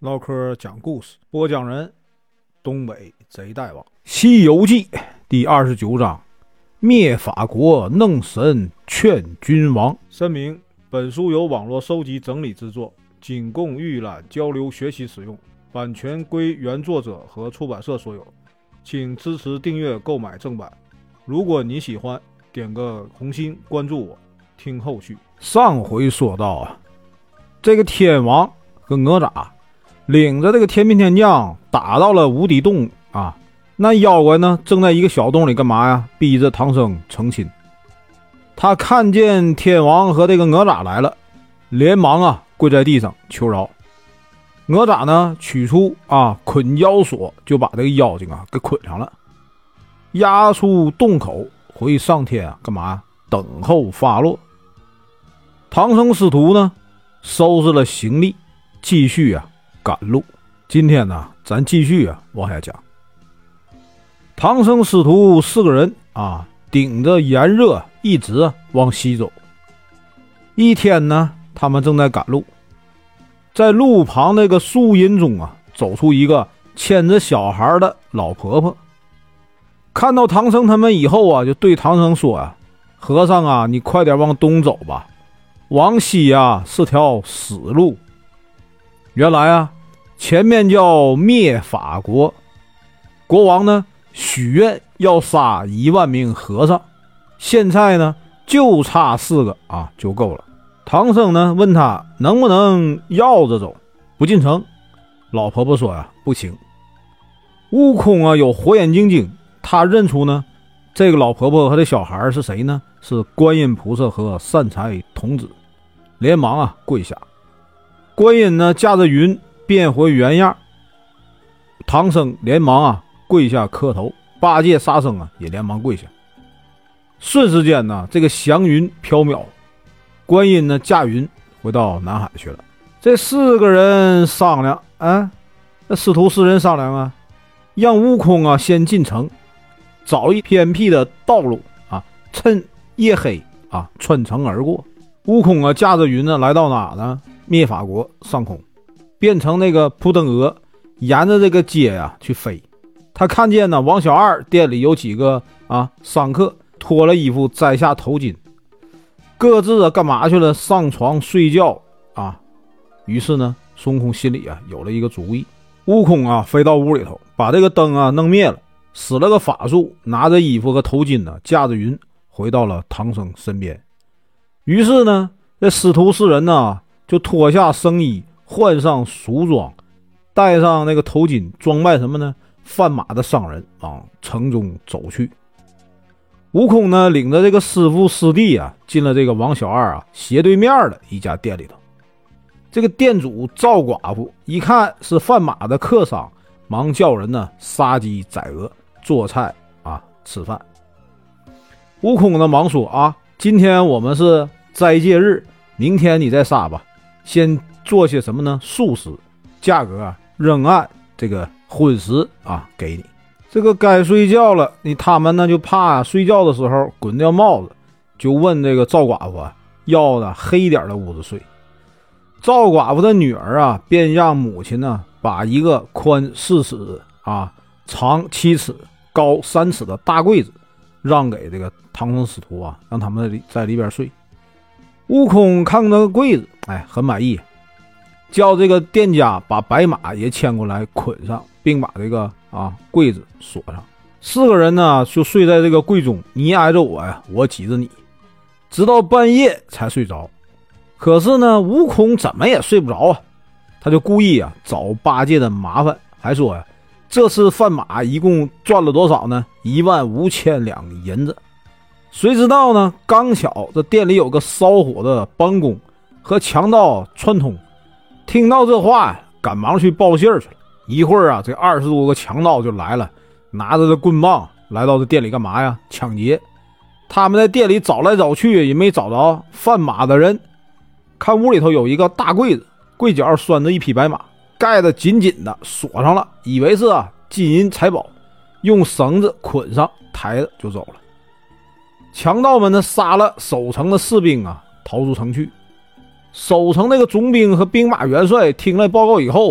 唠嗑讲故事，播讲人东北贼大王。西游记第29章，灭法国弄神劝君王。声明：本书由网络收集整理制作，仅供预览、交流、学习使用，版权归原作者和出版社所有，请支持订阅、购买正版。如果你喜欢，点个红心，关注我，听后续。上回说到啊，这个天王和哪吒领着这个天兵天将打到了无底洞啊，那妖怪呢正在一个小洞里干嘛呀？逼着唐僧成亲。他看见天王和这个哪吒来了，连忙啊跪在地上求饶。哪吒呢取出捆妖锁，就把这个妖精给捆上了，押出洞口回上天干嘛？等候发落。唐僧师徒呢收拾了行李，继续赶路。今天呢咱继续往下讲。唐僧师徒4个人顶着炎热一直往西走。一天呢他们正在赶路，在路旁那个树荫中走出一个牵着小孩的老婆婆。看到唐僧他们以后就对唐僧说和尚你快点往东走吧，往西是条死路。原来前面叫灭法国，国王呢许愿要杀1万名和尚，现在呢就差4个就够了。唐僧呢问他能不能绕着走，不进城。老婆婆说不行。悟空有火眼金睛，他认出呢这个老婆婆和这小孩是谁呢？是观音菩萨和善财童子，连忙跪下。观音呢驾着云变回原样，唐僧连忙跪下磕头，八戒沙僧也连忙跪下。瞬时间呢这个祥云飘渺，观音呢驾云回到南海去了。这4个人商量这师徒4人商量让悟空先进城，找一偏僻的道路趁夜黑穿城而过。悟空驾着云来到哪呢？灭法国上空，变成那个扑腾蛾，沿着这个街去飞。他看见王小二店里有几个商客脱了衣服摘下头巾，各自干嘛去了？上床睡觉于是呢孙悟空心里有了一个主意。悟空飞到屋里头，把这个灯弄灭了，使了个法术，拿着衣服和头巾驾着云回到了唐僧身边。于是呢这师徒4人就脱下僧衣，换上俗装，戴上那个头巾，装扮什么呢？贩马的商人往城中走去。悟空呢领着这个师父师弟进了这个王小二斜对面的一家店里头。这个店主赵寡妇一看是贩马的客商，忙叫人杀鸡宰鹅做菜吃饭。悟空呢忙说今天我们是斋戒日，明天你再杀吧，先做些什么呢？素食，价格仍按这个荤食给你。这个该睡觉了，他们呢就怕睡觉的时候滚掉帽子，就问这个赵寡妇要黑一点的屋子睡。赵寡妇的女儿便让母亲把一个宽4尺长7尺高3尺的大柜子让给这个唐僧师徒让他们在里边睡。悟空看那个柜子很满意，叫这个店家把白马也牵过来捆上，并把这个柜子锁上。4个人呢就睡在这个柜中，你挨着我我挤着你，直到半夜才睡着。可是呢悟空怎么也睡不着他就故意找八戒的麻烦，还说这次贩马一共赚了多少呢？15000两银子。谁知道呢刚巧这店里有个烧火的帮工和强盗串通，听到这话赶忙去报信去了。一会儿这20多个强盗就来了，拿着这棍棒来到这店里干嘛呀？抢劫。他们在店里找来找去也没找着贩马的人，看屋里头有一个大柜子，柜角拴着一匹白马，盖得紧紧的锁上了，以为是金银财宝，用绳子捆上抬着就走了。强盗们杀了守城的士兵逃出城去。守城那个总兵和兵马元帅听了报告以后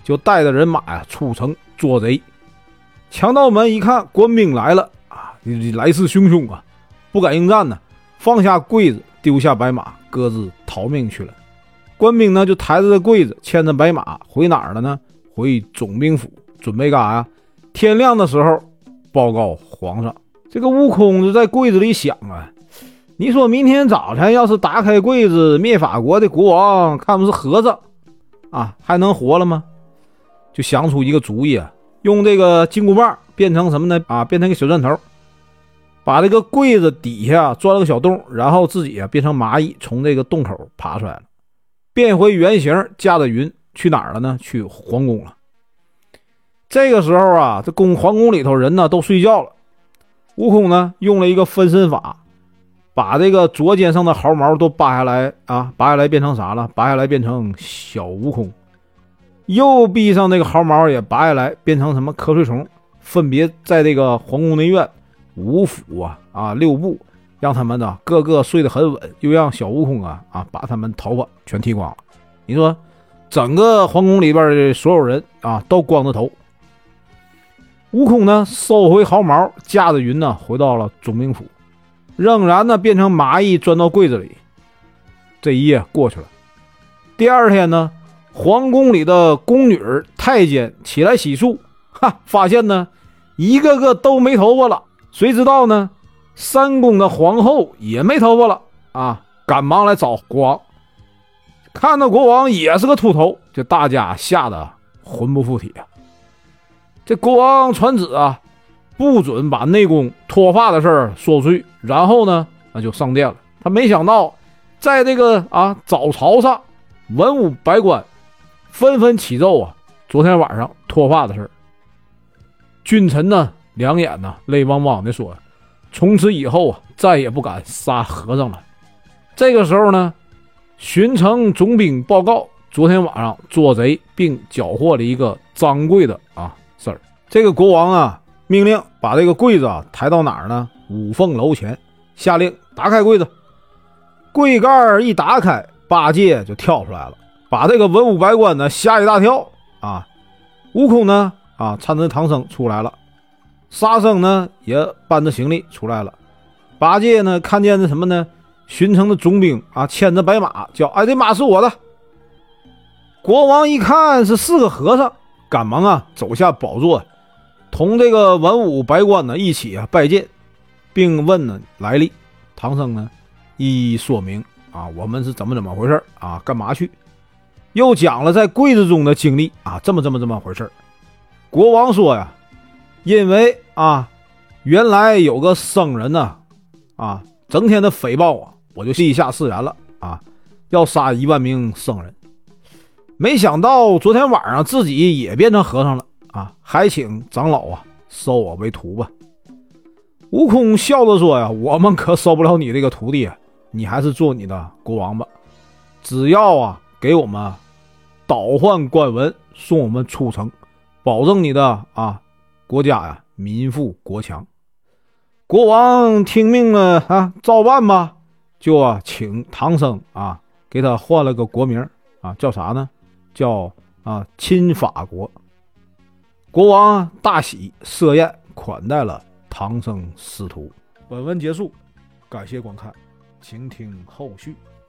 就带着人马呀出城捉贼。强盗们一看官兵来了啊，来势汹汹啊，不敢应战呢，放下柜子，丢下白马，各自逃命去了。官兵呢就抬着这柜子，牵着白马回哪儿了呢？回总兵府，准备干啥呀？天亮的时候报告皇上。这个悟空就在柜子里想啊，你说明天早晨要是打开柜子，灭法国的国王看不是和尚啊，还能活了吗？就想出一个主意啊，用这个金箍棒变成什么呢？啊，变成个小砖头，把这个柜子底下钻了个小洞，然后自己啊变成蚂蚁，从这个洞口爬出来了，变回原形，驾着云去哪儿了呢？去皇宫了。这个时候啊，这皇宫里头人呢都睡觉了。悟空呢用了一个分身法，把这个左肩上的毫毛都拔下来啊，拔下来变成啥了？拔下来变成小悟空。右臂上那个毫毛也拔下来，变成什么瞌睡虫，分别在这个皇宫内院五府啊六部，让他们呢个个睡得很稳，又让小悟空把他们头发全剃光了。你说整个皇宫里边的所有人啊都光着头。悟空呢收回毫毛，驾着云呢回到了总兵府，仍然呢变成蚂蚁钻到柜子里。这一夜过去了。第二天呢，皇宫里的宫女太监起来洗漱，发现呢一个个都没头发了。谁知道呢三宫的皇后也没头发了啊，赶忙来找国王，看到国王也是个秃头，就大家吓得魂不附体啊。这国王传旨啊，不准把内宫脱发的事儿说出去，然后呢那就上殿了。他没想到在这个早朝上，文武百官纷纷启奏昨天晚上脱发的事儿。君臣呢两眼呢泪汪汪的说，从此以后再也不敢杀和尚了。这个时候呢，巡城总兵报告，昨天晚上捉贼并缴获了一个赃柜的事儿。这个国王命令把这个柜子抬到哪儿呢？五凤楼前，下令打开柜子。柜盖一打开，八戒就跳出来了，把这个文武百官呢吓一大跳啊。悟空呢搀着唐僧出来了，沙僧呢也搬着行李出来了。八戒呢看见的什么呢？巡城的总兵牵着白马，叫这马是我的。国王一看是4个和尚，赶忙走下宝座，同这个文武百官呢一起拜见，并问呢来历。唐僧呢一一说明我们是怎么回事干嘛去，又讲了在柜子中的经历这么回事。国王说呀，因为原来有个僧人呢整天的诽谤我就地下释然了要杀1万名僧人。没想到昨天晚上自己也变成和尚了还请长老收我为徒吧。悟空笑着说呀，我们可收不了你这个徒弟你还是做你的国王吧，只要给我们倒换官文，送我们出城，保证你的国家民富国强。国王听命了照办吧，就请唐僧给他换了个国名叫啥呢？叫亲法国。国王大喜，设宴款待了唐僧师徒。本文结束，感谢观看，请听后续。